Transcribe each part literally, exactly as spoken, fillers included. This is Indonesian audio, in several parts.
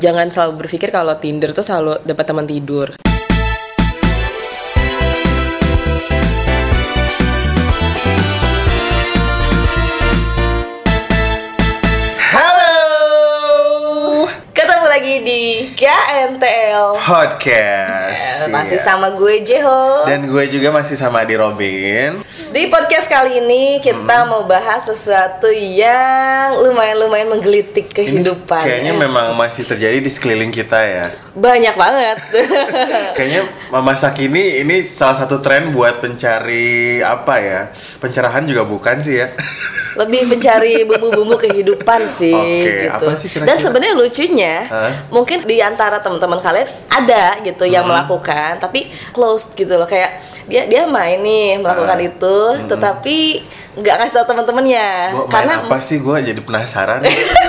Jangan selalu berpikir kalau Tinder tuh selalu dapat teman tidur. Lagi di K N T L Podcast. eh, Masih iya. sama gue Jeho. Dan gue juga masih sama Adi Robin. Di podcast kali ini kita hmm. mau bahas sesuatu yang lumayan-lumayan menggelitik kehidupan. Ini kayaknya yes. memang masih terjadi di sekeliling kita ya. Banyak banget. Kayaknya masa kini ini salah satu tren buat pencari apa ya? Pencerahan juga bukan sih ya. Lebih mencari bumbu-bumbu kehidupan sih. Oke, gitu. apa sih kira-kira? Dan sebenarnya lucunya, Hah? mungkin di antara teman-teman kalian ada gitu hmm. yang melakukan, tapi closed gitu loh, kayak dia dia main nih melakukan uh. itu, hmm. tetapi nggak ngasih tahu teman-temannya. Gua karena apa sih, gue jadi penasaran.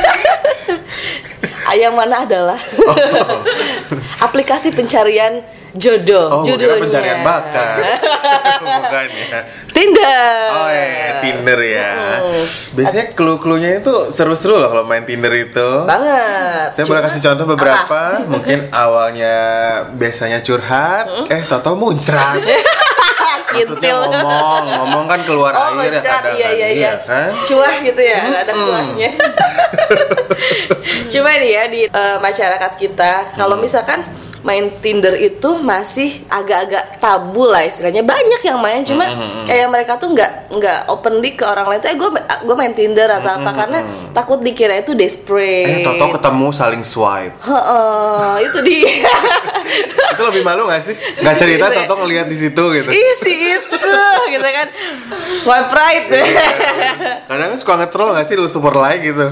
Yang mana adalah oh. aplikasi pencarian jodoh. Oh, judulnya pencarian bakat. Bukan ya. Tinder. Oh ya, Tinder ya. Hmm. Biasanya clue-cluenya itu seru-seru loh kalau main Tinder itu. Banget. Saya Cuma, boleh kasih contoh beberapa. Apa? Mungkin awalnya biasanya curhat, hmm? eh tau-tau muncrat. Maksudnya ngomong, ngomong kan keluar oh, air ya kadang iya, iya, iya. kan? Cuah gitu ya, hmm. ada hmm. kuahnya. Cuma nih ya di uh, masyarakat kita, kalau hmm. misalkan main Tinder itu masih agak-agak tabu lah istilahnya. Banyak yang main, cuma mm-hmm. kayak mereka tuh nggak nggak openly ke orang lain tuh, eh gue gue main Tinder atau mm-hmm. apa, karena takut dikira itu desperate. Eh toto ketemu saling swipe. Heeh, itu dia. Itu lebih malu nggak sih? Nggak cerita, gitu toto ngelihat di situ gitu. Iya sih itu, gitu kan. Swipe right. Kadang suka nge-troll nggak sih lu super like gitu.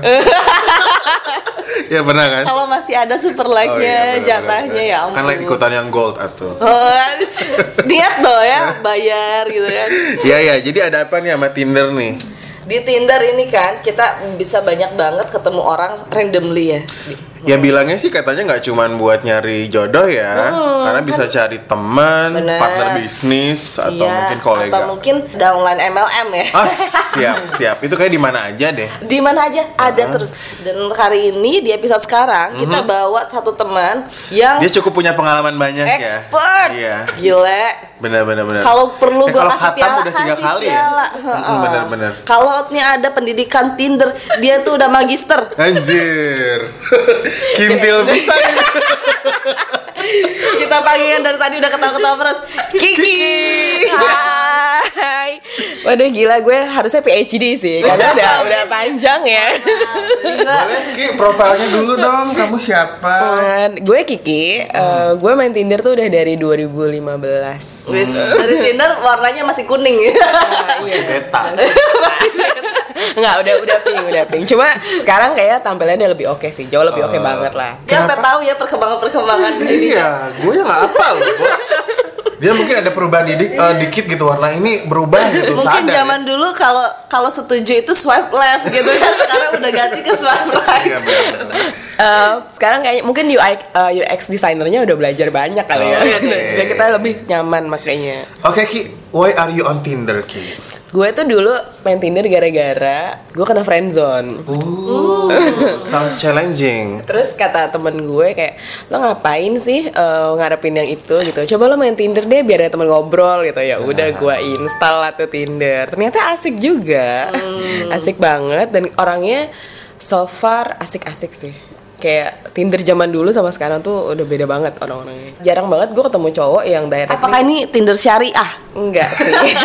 Ya benar kan? Kalau masih ada super like-nya, oh, iya, jatahnya ya ampun. Kan like ikutan yang gold atau. Oh, niat loh ya, bayar gitu kan. Iya ya, jadi ada apa nih sama Tinder nih? Di Tinder ini kan kita bisa banyak banget ketemu orang randomly ya. Ya bilangnya sih katanya nggak cuman buat nyari jodoh ya, hmm, karena bisa kan cari teman, partner bisnis atau iya, mungkin kolega. Atau mungkin downline M L M ya. Ah, siap siap. Itu kayak di mana aja deh. Di mana aja ada uh-huh. terus. Dan hari ini di episode sekarang uh-huh. kita bawa satu teman yang dia cukup punya pengalaman banyak expert. ya. Expert. Iya. Gila. Benar benar benar. Kalau perlu eh, gue kasih piala, udah tiga kasih kali piala. Ya? Hmm, benar benar. Kalau nih ada pendidikan Tinder, dia tuh udah magister. Anjir. Kintil bisa nih. Kita panggilin dari tadi udah ketawa-ketawa terus. Kiki. Hai. Waduh gila, gue harusnya P H D sih karena udah udah panjang ya. Boleh Ki, profilnya dulu dong. Kamu siapa? Um, gue Kiki. Hmm. Uh, gue main Tinder tuh udah dari dua ribu lima belas. Hmm. Dari Tinder warnanya masih kuning ya. Nah, iya beta. Masih beta. Enggak, udah udah pink, udah pink. Cuma sekarang kayak tampilannya lebih oke okay sih, jauh lebih oke okay uh, banget lah. Dia sampai tahu ya perkembangan-perkembangan. Iya, gue ya nggak apa loh. Dia mungkin ada perubahan didik, uh, dikit gitu, warna ini berubah gitu. Mungkin sadar, zaman ya? Dulu kalau kalau setuju itu swipe left gitu kan, sekarang udah ganti ke swipe right. Iya, benar-benar. uh, sekarang kayak mungkin U I, uh, U X designernya udah belajar banyak kali ya. Okay. Dan kita lebih nyaman makanya. Oke okay, Ki, why are you on Tinder Ki? Gue tuh dulu main Tinder gara-gara gue kena friendzone. Ooh, sounds challenging. Terus kata temen gue kayak, lo ngapain sih uh, ngarepin yang itu gitu. Coba lo main Tinder deh biar ada temen ngobrol gitu. Ya udah gue install lah tuh Tinder. Ternyata asik juga, hmm. asik banget dan orangnya so far asik-asik sih. Kayak Tinder zaman dulu sama sekarang tuh udah beda banget orang-orangnya. Jarang banget gue ketemu cowok yang direct. Apakah ini Tinder syariah? Enggak sih.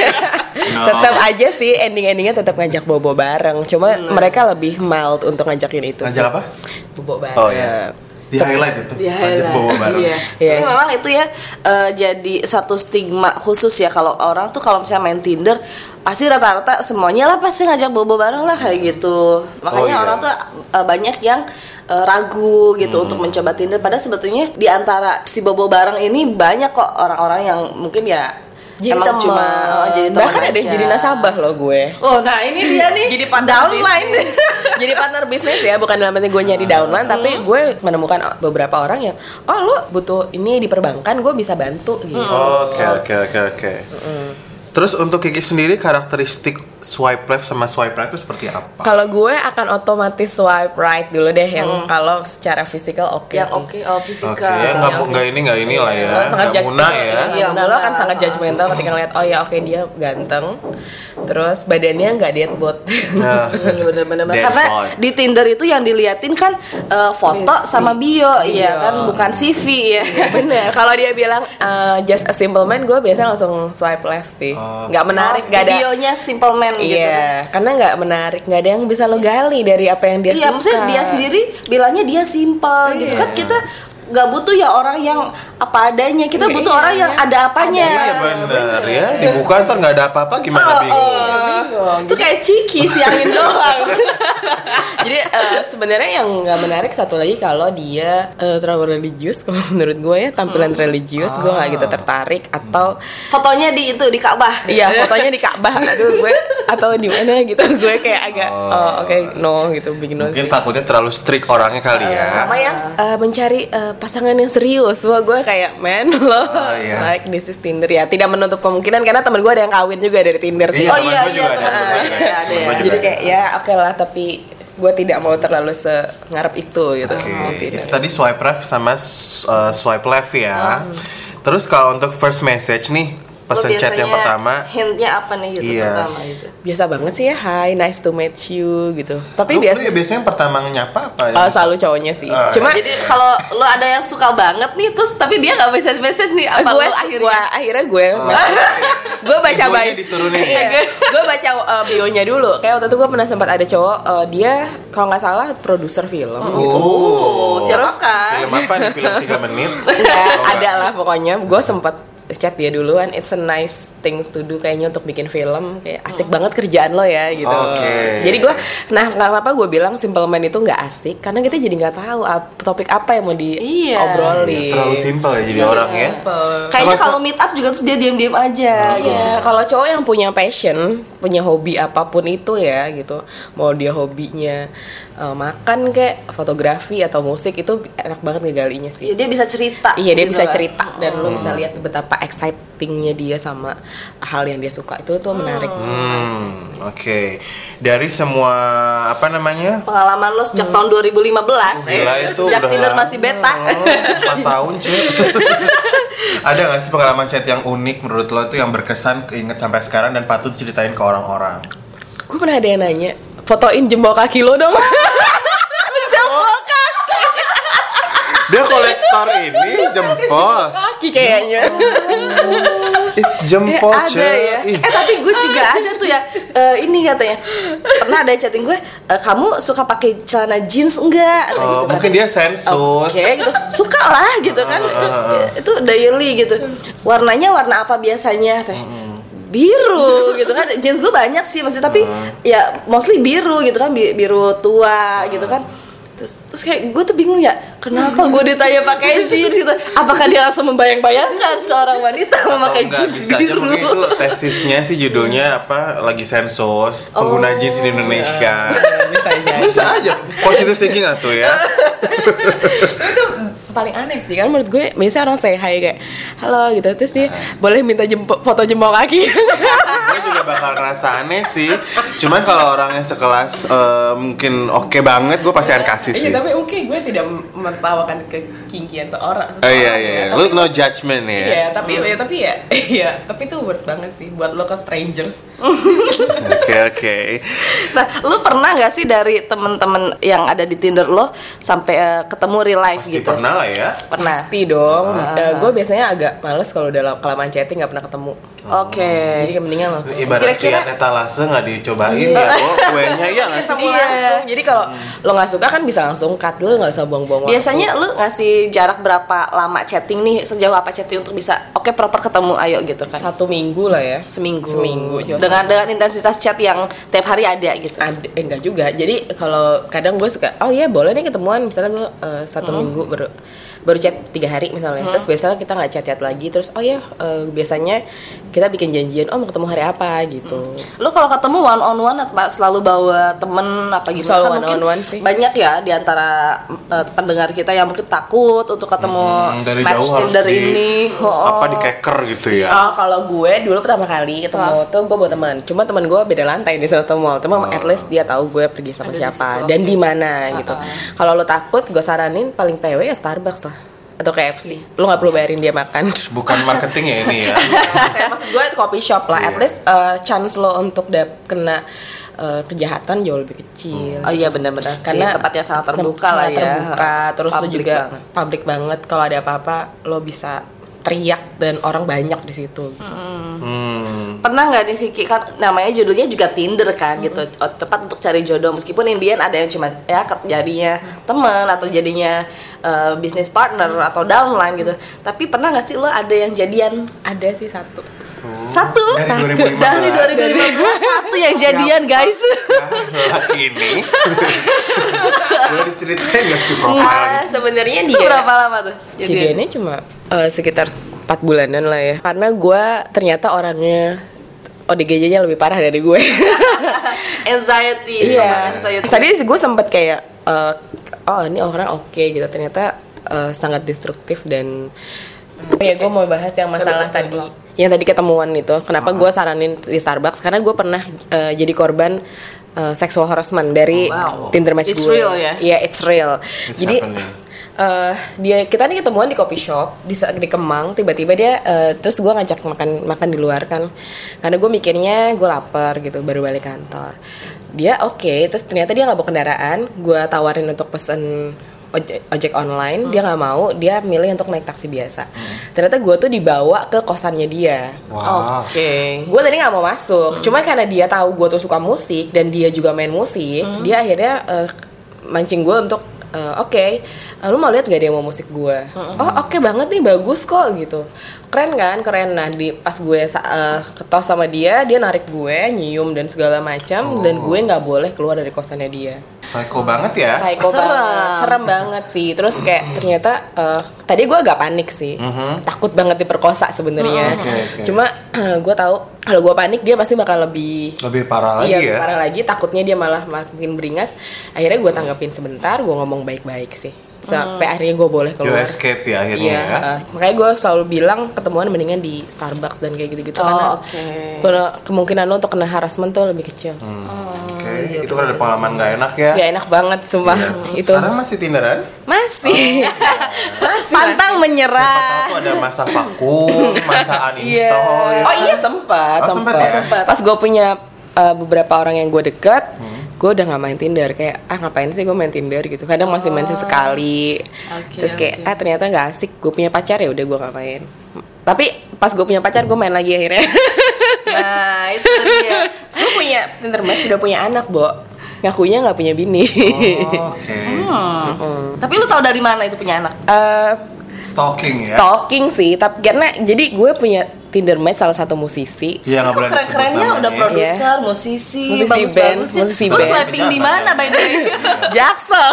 No. Tetap aja sih ending-endingnya tetap ngajak bobo bareng. Cuma hmm. mereka lebih mild untuk ngajakin itu. Ngajak apa? Bobo bareng. Oh iya. Di highlight itu. Di highlight. Bobo bareng. Iya. Yeah. Tapi memang itu ya uh, jadi satu stigma khusus ya kalau orang tuh kalau misalnya main Tinder pasti rata-rata semuanya lah pasti ngajak bobo bareng lah kayak gitu. Makanya oh, iya. orang tuh uh, banyak yang uh, ragu gitu hmm. untuk mencoba Tinder. Padahal sebetulnya di antara si bobo bareng ini banyak kok orang-orang yang mungkin ya jadi emang temen. cuma oh, jadi teman bahkan aja. Ada yang jadi nasabah loh gue. Oh nah ini dia nih. Jadi downline. Jadi partner bisnis ya, bukan dalam arti gue nyari downline, hmm. tapi gue menemukan beberapa orang yang oh lo butuh ini di perbankan, gue bisa bantu gitu. Oke oke oke oke. Terus untuk Kiki sendiri karakteristik swipe left sama swipe right itu seperti apa? Kalau gue akan otomatis swipe right dulu deh yang hmm. kalau secara fisikal oke okay yang oke okay. oh fisikal okay, ya, nggak okay. nggak ini nggak inilah ya sangat nggak muna ya iya nah, lo akan sangat judgmental ketika ngeliat oh ya oke okay, dia ganteng terus badannya nggak diet bot nah, bener-bener karena bot. Di Tinder itu yang diliatin kan uh, foto sama bio iya kan bukan C V ya bener kalau dia bilang uh, just a simple man gue biasanya langsung swipe left sih nggak oh. menarik nggak oh, ada bionya simple man iya, gitu karena nggak menarik nggak ada yang bisa lo gali dari apa yang dia iya, suka maksudnya dia sendiri bilangnya dia simple iya. gitu kan kita nggak butuh ya orang yang apa adanya kita butuh iya, orang yang iya. ada apanya iya benar ya dibuka ntar nggak ada apa-apa gimana oh, bingung oh. Ya, bingung itu kayak ciki siangin doang jadi uh, sebenarnya yang nggak menarik satu lagi kalau dia uh, terlalu religius kalau menurut gue ya tampilan hmm. religius ah. gue nggak gitu tertarik atau fotonya di itu di Ka'bah iya fotonya di Ka'bah aduh gue atau di mana gitu gue kayak agak oh, oh oke okay, no gitu bikin no mungkin takutnya terlalu strict orangnya kali ya uh, sama yang uh, mencari uh, pasangan yang serius. Wah gue kayak man lo oh, iya. like this is Tinder ya. Tidak menutup kemungkinan karena teman gue ada yang kawin juga dari Tinder sih. Iya, oh iya iya teman ada, ada ya. Jadi kayak ya oke okay lah tapi gue tidak mau terlalu sengarep itu gitu. Oke. Okay. Itu tadi swipe right sama uh, swipe left ya. Hmm. Terus kalau untuk first message nih pesan chat yang pertama hintnya apa nih gitu iya. pertama gitu biasa banget sih ya hi nice to meet you gitu tapi lu, biasa lu ya biasanya yang pertama nyapa apa ya? Oh, selalu cowoknya sih uh, cuma jadi kalau lo ada yang suka banget nih terus tapi dia nggak message message nih apa gue, lo akhirnya gua, akhirnya gue oh. gue baca baik gue baca uh, bionya dulu kayak waktu itu gue pernah sempat ada cowok uh, dia kalau nggak salah produser film oh. gitu oh. Siapa kan film apa nih film tiga menit ya, ada lah pokoknya gue sempat chat dia duluan, it's a nice things to do kayaknya untuk bikin film kayak asik banget kerjaan lo ya gitu. Okay. Jadi gue, nah kenapa gue bilang simple man itu nggak asik karena kita jadi nggak tahu topik apa yang mau diobrolin. Iya, terlalu simple ya jadi orang ya. Kayaknya kalau meet up juga terus dia diam-diam aja. Iya, gitu. Kalau cowok yang punya passion, punya hobi apapun itu ya gitu, mau dia hobinya Uh, makan kayak fotografi atau musik itu enak banget ngegalinya sih. Iya, dia bisa cerita. Iya dia gitu bisa kan? cerita dan hmm. lo bisa lihat betapa excitingnya dia sama hal yang dia suka itu tuh menarik. Hmm, Oke, okay. Dari semua apa namanya pengalaman lo sejak hmm. tahun dua ribu lima belas, oh, gila, eh, itu sejak udah Tinder masih beta. empat tahun sih. Ada nggak sih pengalaman chat yang unik menurut lo itu yang berkesan keinget sampai sekarang dan patut diceritain ke orang-orang? Gue pernah ada yang nanya fotoin jempol kaki lo dong. Jempol kaki. Dia kolektor ini jempol kaki kayaknya. Oh. It's jempol eh, ada ya. Eh tapi gue juga ada tuh ya. Uh, ini katanya pernah ada chatting gue. Uh, kamu suka pakai celana jeans enggak? Oh, gitu, mungkin kan. Dia sensus. Oke okay, gitu. Suka lah gitu kan. Uh, uh, uh. Itu daily gitu. Warnanya warna apa biasanya? Teh. Uh-uh. Biru gitu kan, jeans gue banyak sih masih tapi uh. ya mostly biru gitu kan, biru tua uh. gitu kan. Terus terus kayak gue tuh bingung ya, kenapa gue ditanya pakai jeans gitu? Apakah dia langsung membayang-bayangkan seorang wanita memakai jeans bisa biru? Aja mungkin itu tesisnya sih judulnya apa? Lagi sensus pengguna oh, jeans di Indonesia. Ya, bisa aja. Bisa aja. Positive thinking atuh ya. Itu paling aneh sih kan menurut gue. Biasanya orang say hi kayak halo gitu terus dia uh. boleh minta jempol, foto jempol kaki. Gue juga bakal ngerasa aneh sih. Cuman kalau orangnya sekelas uh, mungkin oke okay banget, gue pasti akan kasih sih. Iya tapi oke okay, gue tidak menertawakan kekinkian seorang. Oh iya iya. Ya, lu no judgment ya. Iya tapi hmm. ya tapi ya iya tapi itu worth banget sih buat lo ke strangers. Oke oke. Nah lu pernah nggak sih dari temen-temen yang ada di Tinder lo sampai uh, ketemu real life pasti gitu? Pernah lah ya. Pernah. Pasti dong. Uh. Uh, gue biasanya agak males kalau udah kelamaan chatting nggak pernah ketemu. Oke. Okay. Jadi mendingan langsung. Ibarat kira-kira kayak etalase nggak dicobain ya, oh kuenya ya nggak sih? Iya. Jadi kalau hmm. lo nggak suka kan bisa langsung cut, lo nggak usah buang-buang waktu. Biasanya lo ngasih jarak berapa lama chatting nih, sejauh apa chatting untuk bisa oke okay, proper ketemu, ayo gitu kan? Satu minggu lah ya. Seminggu. Seminggu. Dengan dengan intensitas chat yang tiap hari ada gitu. Ada, eh, enggak juga. Jadi kalau kadang gue suka, oh iya boleh nih ketemuan. Misalnya gue uh, satu hmm. minggu baru baru chat tiga hari misalnya, hmm. terus biasanya kita nggak chat chat lagi terus oh ya uh, biasanya kita bikin janjian oh mau ketemu hari apa gitu. Hmm. Lu kalau ketemu one on one apa selalu bawa temen apa gimana? Selalu Kan one on one sih. Banyak ya di antara uh, pendengar kita yang mungkin takut untuk ketemu Hmm, dari match jauh harus Tinder di- ini. Oh, Apa di keker gitu ya? Oh, kalau gue dulu pertama kali ketemu tuh gue bawa teman. Cuma teman gue beda lantai di suatu mall. Cuma at least dia tahu gue pergi sama Ada di siapa situ, dan oke. di mana gitu. Kalau lo takut, gue saranin paling P W ya Starbucks lah atau K F C. Lo nggak perlu bayarin dia makan. Bukan marketing ya ini ya. Kayak maksud gue coffee shop lah. At Iya. least uh, chance lo untuk dap kena uh, kejahatan jauh lebih kecil. Oh iya benar-benar. Karena Di tempat yang sangat terbuka sangat lah ya. terbuka, terus lo Public juga banget. public banget. Kalau ada apa-apa lo bisa teriak dan orang banyak di situ. Hmm. Pernah nggak nih Siki, kan namanya judulnya juga Tinder kan gitu, oh, tepat untuk cari jodoh, meskipun Indian ada yang cuma ya ke- jadinya teman atau jadinya uh, business partner atau downline gitu, tapi pernah nggak sih lo ada yang jadian Ada sih satu. satu Dari Satu. dua ribu lima belas. Dari dua ribu lima belas satu yang jadian guys. Nah, laki ini. Boleh diceritain nggak sih Nah, profilnya? sebenarnya Itu dia berapa lama tuh jadian? jadiannya cuma eh, sekitar empat bulanan lah ya. Karena gue ternyata orangnya O D G J-nya lebih parah dari gue. Anxiety. Iya. Anxiety. Tadi gue sempet kayak eh, oh ini orang oke gitu. Ternyata eh, sangat destruktif dan oh ya gue mau bahas yang masalah Betul, betul, tadi yang tadi ketemuan itu. Kenapa gue saranin di Starbucks? Karena gue pernah eh, jadi korban eh, sexual harassment dari Wow. Tinder match It's gue. real ya? Iya, it's real. It's Jadi happening. eh, dia kita nih ketemuan di coffee shop di di Kemang, tiba-tiba dia eh, terus gue ngajak makan makan di luar kan. Karena gue mikirnya gue lapar gitu baru balik kantor. Dia oke, terus ternyata dia nggak bawa kendaraan. Gue tawarin untuk pesen ojek, ojek online, dia nggak mau, dia milih untuk naik taksi biasa. Ternyata gue tuh dibawa ke kosannya dia. Wah. Oke. Gue tadi nggak mau masuk, cuma karena dia tahu gue tuh suka musik dan dia juga main musik, dia akhirnya eh, mancing gue untuk eh, oke, eh, lu mau lihat gak dia mau musik gue? Oh oke banget nih, bagus kok gitu, keren kan, keren. Nah di pas gue uh, ketos sama dia, dia narik gue, nyium dan segala macam, dan gue nggak boleh keluar dari kosannya dia. Psycho banget ya. Psycho Serem. banget, serem banget sih. Terus kayak ternyata uh, tadi gue agak panik sih, takut banget diperkosa sebenarnya. Oke, oke. Cuma gue tahu kalau gue panik dia pasti bakal lebih Lebih parah lagi iya, ya. parah lagi. Takutnya dia malah makin beringas. Akhirnya gue tanggapin sebentar, gue ngomong baik-baik sih. Sampai akhirnya gue boleh You keluar. escape ya akhirnya Iya, ya. uh, makanya gue selalu bilang ketemuan mendingan di Starbucks dan kayak gitu-gitu. Oh, karena oke. kalau kemungkinan lo untuk kena harassment tuh lebih kecil. Oke, itu kan ada pengalaman gak enak ya. Ya enak banget sumpah Iya. itu. Sekarang masih Tinderan? Masih. masih. Pantang Siapa menyerah. tahu tuh ada masa vakum, masa uninstall ya. Oh iya sempat, Oh, sempat ya? sempat. Pas gue punya uh, beberapa orang yang gue deket, gue udah nggak main Tinder. Kayak ah ngapain sih gue main Tinder gitu. Kadang masih main sesekali. Oke, Terus kayak oke. ah ternyata nggak asik. Gue punya pacar ya udah gue nggak main. Tapi pas gue punya pacar gue main lagi akhirnya. Nah itu dia. Gue punya Tinder match udah punya anak, Bo. Ngakunya nggak punya bini. Oh, Oke. Hmm. Tapi lu tahu dari mana itu punya anak? Eh, Stalking ya. stalking sih, tapi karena jadi gue punya Tinder match salah satu musisi. Iya nggak Kok boleh disebut keren-kerennya namanya. udah produser, musisi, Musisi bagus-bagus band, ya. musisi Lu band. swiping di mana by the way? Jaksel.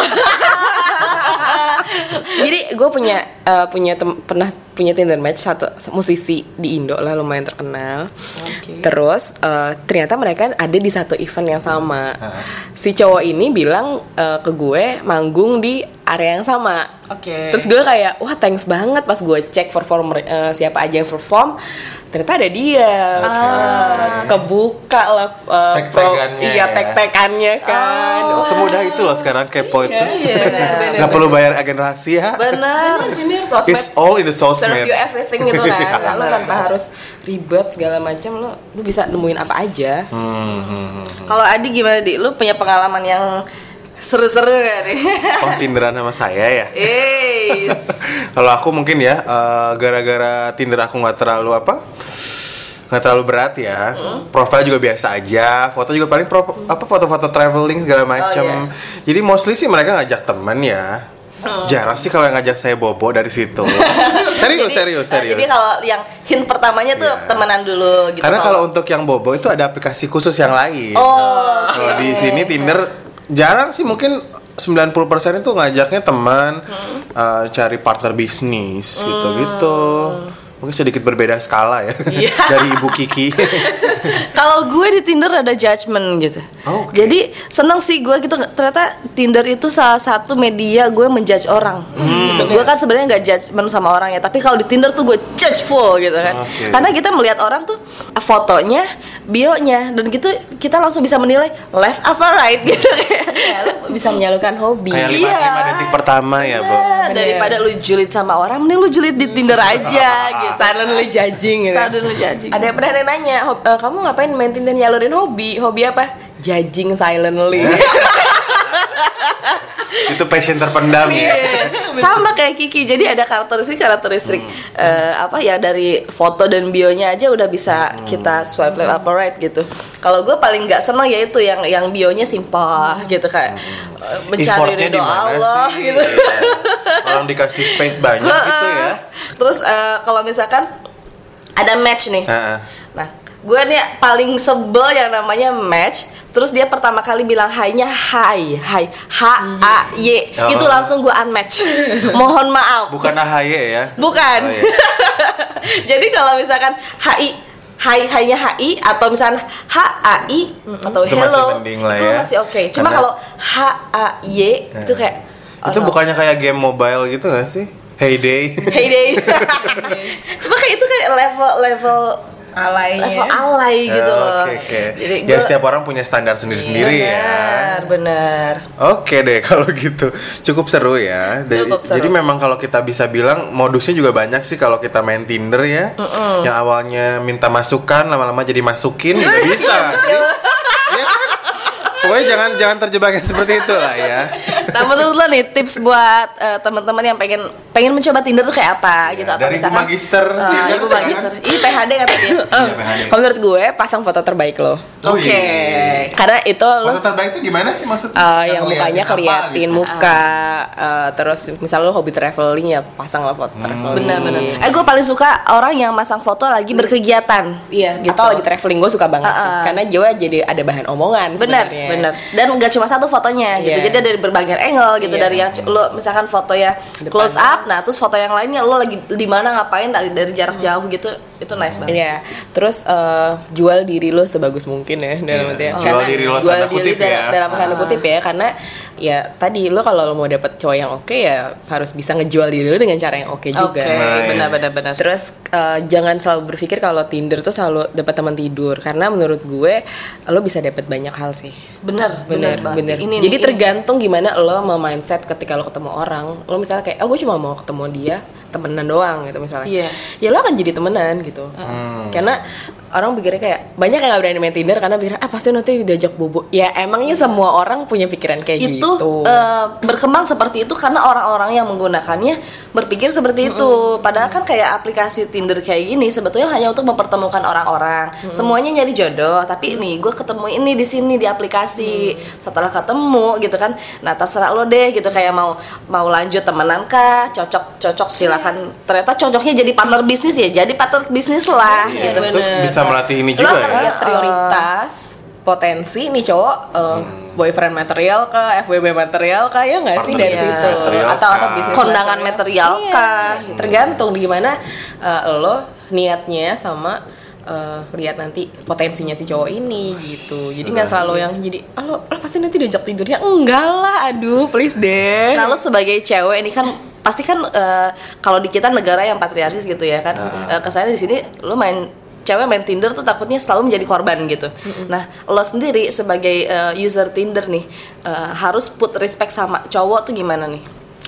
Jadi gue punya eh, punya tem- pernah punya Tinder match satu musisi di Indo lah lumayan terkenal. Oke. Terus eh, ternyata mereka ada di satu event yang sama. Hah? Si cowok ini bilang eh, ke gue manggung di area yang sama. Oke. Terus gue kayak wah thanks banget pas gue cek performer eh, siapa aja yang perform. Ternyata ada dia. Ah. Kebuka lah eh, Tag-tagannya iya ya. tag-tagannya kan. Oh, semudah itu loh sekarang kepo itu. Iya, benar. Nggak perlu bayar agen rahasia. Benar. Ini sosmed It's all in the serve sosmed. you everything gitu kan. Iya. Lo tanpa harus ribet segala macam lo lo bisa nemuin apa aja. Hmm, hmm, hmm. Kalau Adi gimana Di? Lu punya pengalaman yang seru-seru gak nih? Oh Tinderan sama saya ya. Eh, Kalau aku mungkin ya eh, gara-gara Tinder aku nggak terlalu apa, nggak terlalu berat ya. Profil juga biasa aja. Foto juga paling pro, apa foto-foto traveling segala macam. iya. Jadi mostly sih mereka ngajak temen ya. Jarang sih kalau yang ngajak saya bobo dari situ. serius, serius, eh, serius. Jadi kalau yang hint pertamanya tuh Iya. temenan dulu gitu. Karena kalau untuk yang bobo itu ada aplikasi khusus yang lain. Oh, Kalau di sini Tinder jarang sih, mungkin sembilan puluh persen itu ngajaknya teman, eh, cari partner bisnis gitu-gitu. Mungkin sedikit berbeda skala ya Iya. dari Ibu Kiki. Kalau gue di Tinder ada judgement gitu. Oh, okay. Jadi seneng sih gue gitu, ternyata Tinder itu salah satu media gue menjudge orang. Hmm. Gitu. Gue kan sebenarnya nggak judgement sama orang ya, tapi kalau di Tinder tuh gue judge full gitu kan. Okay. Karena kita melihat orang tuh fotonya, bionya, dan gitu kita langsung bisa menilai left apa right gitu. Ya, lu bisa menyalurkan hobi. Kayak lima, Iya. lima detik pertama ya, Bu. Nah, daripada lu julid sama orang, mending lu julid di Tinder aja gitu. Suddenly judging gitu. Suddenly judging. Ada pernah ada yang nanya, "Hob- eh, kamu ngapain main Tinder nyalurin hobi? Hobi apa?" Judging silently. Itu passion terpendam ya. Sama kayak Kiki, jadi ada karakteristik karakteristik eh, apa ya, dari foto dan bionya aja udah bisa kita swipe left apa right gitu. Kalau gue paling nggak seneng ya itu yang yang bionya simpel gitu, kayak eh, mencari Effortnya ridho di mana Allah sih? gitu. Iya. Orang dikasih space banyak gitu ya. Terus eh, kalau misalkan ada match nih, Heeh. nah gue nih paling sebel yang namanya match. Terus dia pertama kali bilang hi-nya hi, hi, H A Y. Oh. Itu langsung gue unmatch. Mohon maaf. Bukan A H Y ya. Bukan. Oh, iya. Jadi kalau misalkan H I, hi, hi-nya H I atau misalkan H A I atau Itu masih hello, mending lah itu ya. masih oke. Cuma Karena- kalau H A Y itu kayak Itu oh, no. bukannya kayak game mobile gitu gak sih? Heyday. Heyday. Cuma kayak itu kayak level level Alaynya. level alay gitu Oh, loh. Oke oke. Jadi Ya gua- setiap orang punya standar sendiri-sendiri ya. Benar, benar. Oke deh kalau gitu, cukup seru ya. Dari- Cukup seru. Jadi memang kalau kita bisa bilang modusnya juga banyak sih kalau kita main Tinder ya. Yang awalnya minta masukan, lama-lama jadi masukin juga bisa. Iya kan? Pokoknya jangan jangan terjebak yang seperti itu lah ya. Nah, menurut lo nih tips buat eh, teman-teman yang pengen pengen mencoba Tinder tuh kayak apa gitu, atau Dari Ibu misalkan Magister. Eh, Ibu Magister. Ih, P H D kata dia. Iya, P H D. Kalau menurut gue pasang foto terbaik lo. Oh, Oke. iya. Karena itu lo Foto terbaik itu gimana sih maksudnya? Uh, yang mukanya ngeliatin apa keliatin gitu? muka, uh, terus misalnya lo hobi traveling ya pasang lah foto traveling. Benar-benar. Eh, gue paling suka orang yang masang foto lagi berkegiatan. Iya, gitu. atau lagi traveling gue suka banget sih. Uh-uh. Karena Jawa jadi ada bahan omongan Benar, sebenarnya. benar. Dan nggak cuma satu fotonya gitu. Iya. Jadi dari berbagai angle gitu. Iya. Dari yang c- lo misalkan foto ya Depan. close up, nah terus foto yang lainnya lo lagi di mana ngapain dari dari jarak jauh gitu. Itu nice banget. Iya, terus uh, jual diri lo sebagus mungkin ya dalam artian. Jual Karena- diri lo jual tanda diri kutip dalam, ya. dalam tanda kutip ya, karena ya tadi lo kalau lo mau dapet cowok yang oke ya harus bisa ngejual diri lo dengan cara yang oke juga. Oke, Nice. benar-benar benar. Terus uh, jangan selalu berpikir kalau Tinder tuh selalu dapat teman tidur, karena menurut gue lo bisa dapat banyak hal sih. Benar, Bener, banget. bener. Ini Jadi nih, ini. tergantung gimana lo mau mindset ketika lo ketemu orang. Lo misalnya kayak, oh gue cuma mau ketemu dia temenan doang gitu misalnya. Iya. Ya lo akan jadi temenan gitu. Karena orang pikirnya kayak banyak yang gak berani main Tinder karena pikir ah pasti nanti diajak bobo. Ya emangnya semua orang punya pikiran kayak itu gitu. eh, berkembang seperti itu karena orang-orang yang menggunakannya berpikir seperti itu. Padahal kan kayak aplikasi Tinder kayak gini sebetulnya hanya untuk mempertemukan orang-orang. Semuanya nyari jodoh, tapi nih gue ketemu ini di sini di aplikasi. Setelah ketemu gitu kan, nah terserah lo deh gitu, kayak mau mau lanjut temenan kah, cocok cocok silakan. Ternyata cocoknya jadi partner bisnis ya, jadi partner bisnis lah Iya, gitu. itu bisa melatih ini Lo juga akan ya. lihat prioritas potensi nih cowok uh, boyfriend material kah, F W B material kah, ya nggak sih Partner dari bisnis situ, material atau atau kah? bisnis Kondangan material Iya, kah? tergantung di gimana uh, lo niatnya sama uh, lihat nanti potensinya si cowok ini gitu. Jadi nggak selalu yang jadi ah, lo, lo pasti nanti diajak tidurnya, enggak lah, aduh please deh. Nah, lo sebagai cewek ini kan pasti kan eh, kalau di kita negara yang patriarkis gitu ya kan, eh, kesannya di sini lo main cewek main Tinder tuh takutnya selalu menjadi korban gitu. Nah, lo sendiri sebagai eh, user Tinder nih eh, harus put respect sama cowok tuh gimana nih?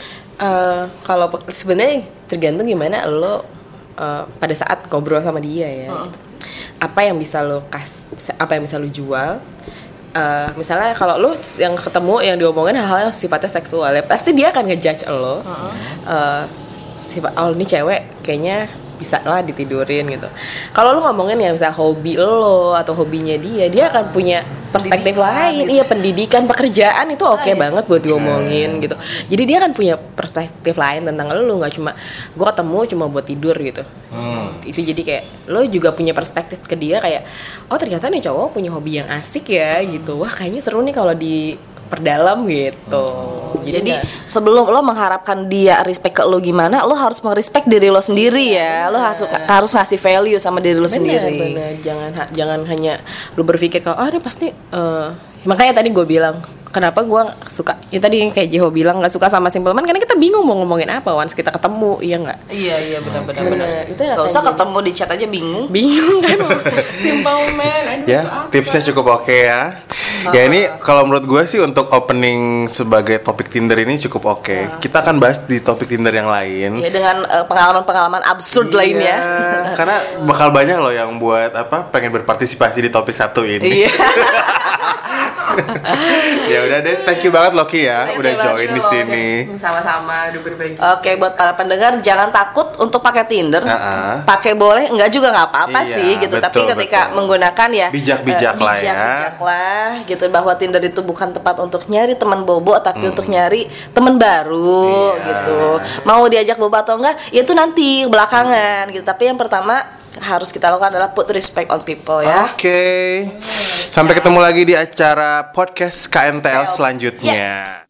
Uh, kalau pe- sebenarnya tergantung gimana lo uh, pada saat ngobrol sama dia ya. Hmm. Apa yang bisa lo kas, apa yang bisa lo jual? Uh, misalnya kalau lo yang ketemu yang diomongin hal-hal yang sifatnya seksual ya pasti dia akan ngejudge lo. Uh, sifat oh ini cewek kayaknya bisa lah ditidurin gitu. Kalau lo ngomongin ya misal hobi lo atau hobinya dia, dia akan punya perspektif lain. Iya, pendidikan, pekerjaan itu oke banget buat diomongin gitu. Jadi dia akan punya perspektif lain tentang lo, nggak cuma gue ketemu cuma buat tidur gitu. Hmm. Itu jadi kayak lo juga punya perspektif ke dia kayak oh ternyata nih cowok punya hobi yang asik ya gitu. Wah kayaknya seru nih kalau di perdalam gitu. Jadi, Jadi, sebelum lo mengharapkan dia respect ke lo gimana, lo harus merespect diri lo sendiri ya. Lo harus harus ngasih value sama diri lo sendiri. bener, jangan ha- jangan hanya lu berpikir kalau ah ini pasti eh, makanya tadi gue bilang kenapa gue suka ya tadi yang kayak Jeho bilang nggak suka sama Simple Man karena kita bingung mau ngomongin apa once kita ketemu, iya nggak? Iya iya benar-benar. Bener, itu Gak akan usah jadi- ketemu di chat aja bingung. bingung kan Simple Man. Aduh, Ya, itu apa? tipsnya cukup oke ya. Ya ini kalau menurut gue sih untuk opening sebagai topik Tinder ini cukup oke. Kita akan bahas di topik Tinder yang lain. Ya dengan eh, pengalaman-pengalaman absurd Iya, lainnya. karena bakal banyak loh yang buat apa pengen berpartisipasi di topik satu ini. Iya. Ya udah deh, thank you banget Loki ya Thank you udah banget join di Loki. sini. Sama-sama udah berbagi. Oke, buat para pendengar jangan takut untuk pakai Tinder. Uh-uh. Pakai boleh, enggak juga nggak apa-apa Iya, sih gitu. Tapi betul, ketika betul. menggunakan ya Bijak-bijak eh, lah ya. bijak-bijak lah gitu bahwa Tinder itu bukan tempat untuk nyari teman bobo tapi Hmm. untuk nyari teman baru Iya. gitu. Mau diajak bobo atau enggak, ya itu nanti belakangan gitu. Tapi yang pertama harus kita lakukan adalah put respect on people ya. Oke. Sampai ketemu lagi di acara podcast K N T L Ya. selanjutnya.